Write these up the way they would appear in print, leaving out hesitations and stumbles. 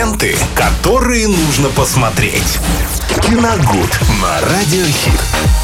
ленты, которые нужно посмотреть. Киногуд на Радиохит.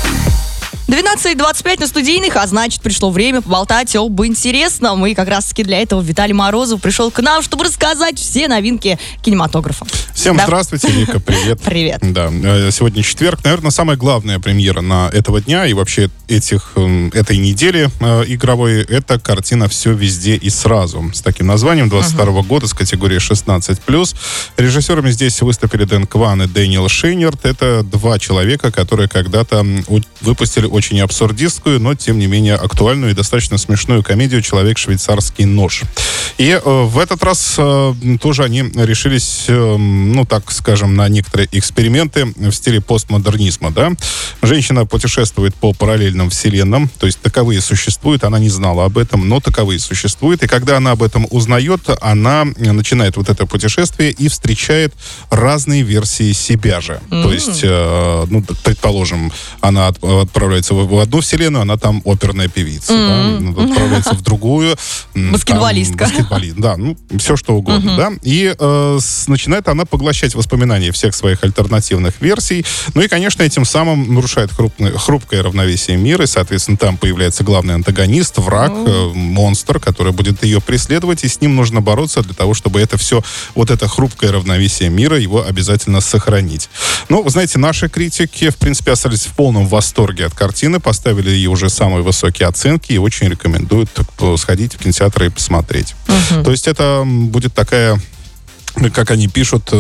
12:25 на студийных, а значит, пришло время поболтать об интересном. И как раз-таки для этого Виталий Морозов пришел к нам, чтобы рассказать все новинки кинематографа. Всем здравствуйте, Вика, привет. Привет. Да, сегодня четверг. Наверное, самая главная премьера на этого дня и вообще этой недели игровой — это картина «Все везде и сразу» с таким названием 22 года с категории 16+. Режиссерами здесь выступили Дэн Кван и Дэниел Шейнерт. Это два человека, которые когда-то выпустили очень абсурдистскую, но, тем не менее, актуальную и достаточно смешную комедию «Человек-швейцарский нож». И в этот раз тоже они решились, так скажем, на некоторые эксперименты в стиле постмодернизма, да. Женщина путешествует по параллельным вселенным, то есть таковые существуют, она не знала об этом, но таковые существуют. И когда она об этом узнает, она начинает вот это путешествие и встречает разные версии себя же. То есть, предположим, она отправляется в одну вселенную, она там оперная певица, да? Отправляется в другую. Баскетболистка. Да, все что угодно, да. И начинает она поглощать воспоминания всех своих альтернативных версий. Ну и, конечно, этим самым нарушает хрупкое равновесие мира, и, соответственно, там появляется главный антагонист, враг, монстр, который будет ее преследовать, и с ним нужно бороться для того, чтобы это все, вот это хрупкое равновесие мира, его обязательно сохранить. Ну, вы знаете, наши критики, в принципе, остались в полном восторге от картины, поставили ей уже самые высокие оценки и очень рекомендуют сходить в кинотеатр и посмотреть. То есть это будет такая, как они пишут,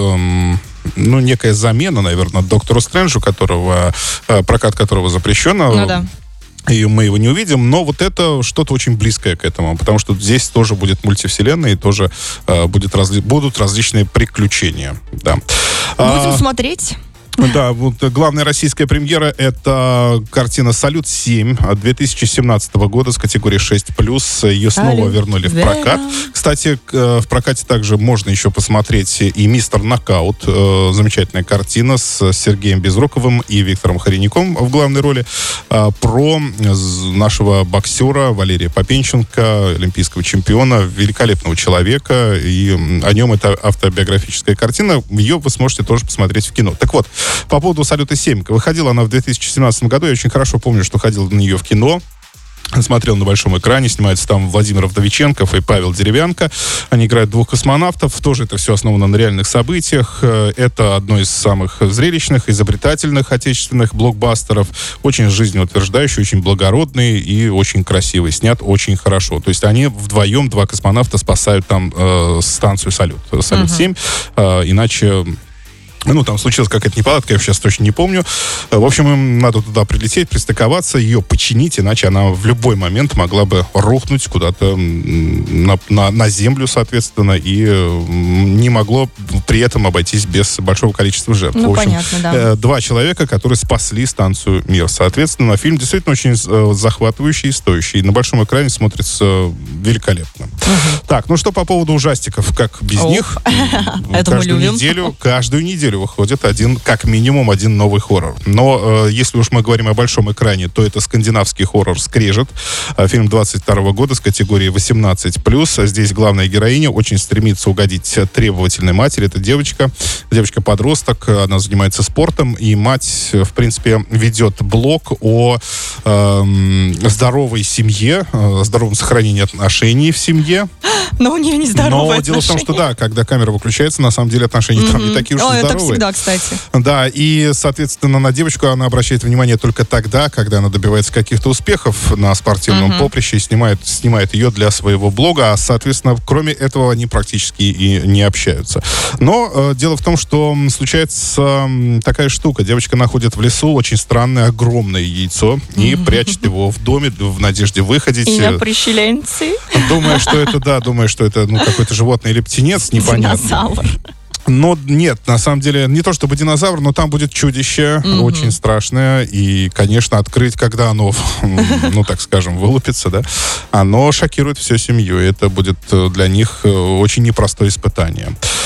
некая замена, наверное, Доктору Стрэнджу, прокат которого запрещен. И мы его не увидим, но вот это что-то очень близкое к этому, потому что здесь тоже будет мультивселенная и тоже будут различные приключения. Да. Будем смотреть. Да, вот главная российская премьера — это картина «Салют-7» 2017 года с категории 6+. Ее снова вернули в прокат. Кстати, в прокате также можно еще посмотреть и «Мистер Нокаут». Замечательная картина с Сергеем Безруковым и Виктором Хореняком в главной роли. Про нашего боксера Валерия Попенченко, олимпийского чемпиона, великолепного человека. И о нем это автобиографическая картина. Ее вы сможете тоже посмотреть в кино. Так вот, по поводу «Салюта-7». Выходила она в 2017 году. Я очень хорошо помню, что ходил на нее в кино. Смотрел на большом экране. Снимается там Владимир Вдовиченков и Павел Деревянко. Они играют двух космонавтов. Тоже это все основано на реальных событиях. Это одно из самых зрелищных, изобретательных отечественных блокбастеров. Очень жизнеутверждающий, очень благородный и очень красивый. Снят очень хорошо. То есть они вдвоем, два космонавта, спасают там станцию «Салют». «Салют-7». Иначе... там случилась какая-то неполадка, я сейчас точно не помню. В общем, им надо туда прилететь, пристыковаться, ее починить, иначе она в любой момент могла бы рухнуть куда-то на землю, соответственно, и не могло при этом обойтись без большого количества жертв. В общем, понятно, да. Два человека, которые спасли станцию «Мир». Соответственно, фильм действительно очень захватывающий и стоящий. И на большом экране смотрится великолепно. Так, что по поводу ужастиков, как без них? Это мы любим. Каждую неделю выходит как минимум один новый хоррор. Но если уж мы говорим о большом экране, то это скандинавский хоррор «Скрежет». Фильм 22 года с категории 18+. Здесь главная героиня очень стремится угодить требовательной матери. Это девочка-подросток, она занимается спортом, и мать, в принципе, ведет блог о здоровой семье, здоровом сохранении отношений в семье. Но у нее нездоровые отношения. Но дело в том, что да, когда камера выключается, на самом деле отношения там не такие уж и здоровые. Это всегда, кстати. Да, и, соответственно, на девочку она обращает внимание только тогда, когда она добивается каких-то успехов на спортивном поприще и снимает ее для своего блога, а, соответственно, кроме этого они практически и не общаются. Но дело в том, что случается такая штука. Девочка находит в лесу очень странное, огромное яйцо и прячет его в доме в надежде выходить. И на прищеленцы. Думая, что это какой-то животное или птенец, непонятно. Динозавр. Но нет, на самом деле, не то чтобы динозавр, но там будет чудище, очень страшное. И, конечно, открыть, когда оно, так скажем, вылупится, да, оно шокирует всю семью. И это будет для них очень непростое испытание.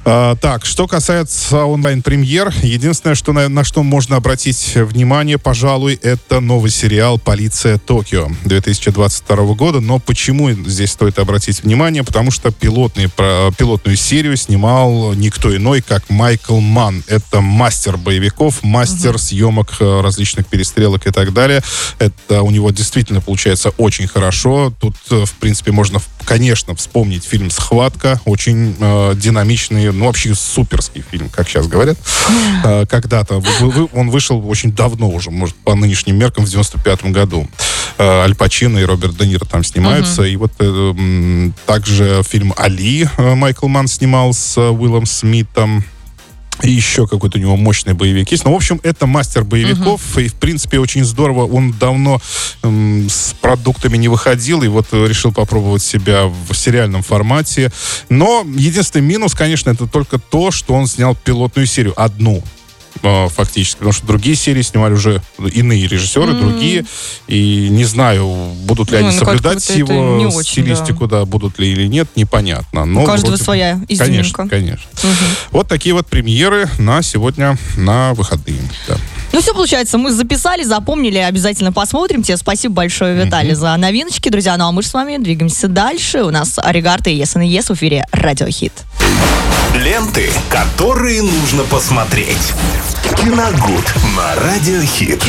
Так, что касается онлайн-премьер, единственное, что на что можно обратить внимание, пожалуй, это новый сериал «Полиция Токио» 2022 года. Но почему здесь стоит обратить внимание? Потому что пилотную серию снимал никто иной, как Майкл Манн. Это мастер боевиков, мастер съемок различных перестрелок и так далее. Это у него действительно получается очень хорошо. Тут, в принципе, можно, конечно, вспомнить фильм «Схватка». Очень динамичный, ну, вообще суперский фильм, как сейчас говорят. Когда-то. Он вышел очень давно уже, может, по нынешним меркам, в 95-м году. Аль Пачино и Роберт Де Ниро там снимаются. И вот также фильм «Али» Майкл Манн снимал с Уиллом Смитом. И еще какой-то у него мощный боевик есть. Ну, в общем, это мастер боевиков. И, в принципе, очень здорово. Он давно с продуктами не выходил. И вот решил попробовать себя в сериальном формате. Но единственный минус, конечно, это только то, что он снял пилотную серию. Одну. Фактически, потому что другие серии снимали уже иные режиссеры, другие, и не знаю, будут ли они соблюдать его стилистику, да, будут ли или нет, непонятно. Но у каждого своя изюминка. Конечно. Вот такие вот премьеры на сегодня, на выходные. Да. Ну все, получается, мы записали, запомнили, обязательно посмотрим. Тебе спасибо большое, Виталий, за новиночки, друзья. Ну а мы же с вами двигаемся дальше. У нас Аригарта и Yes and Yes в эфире Радио Хит. Ленты, которые нужно посмотреть. Киногуд на Радио Хит.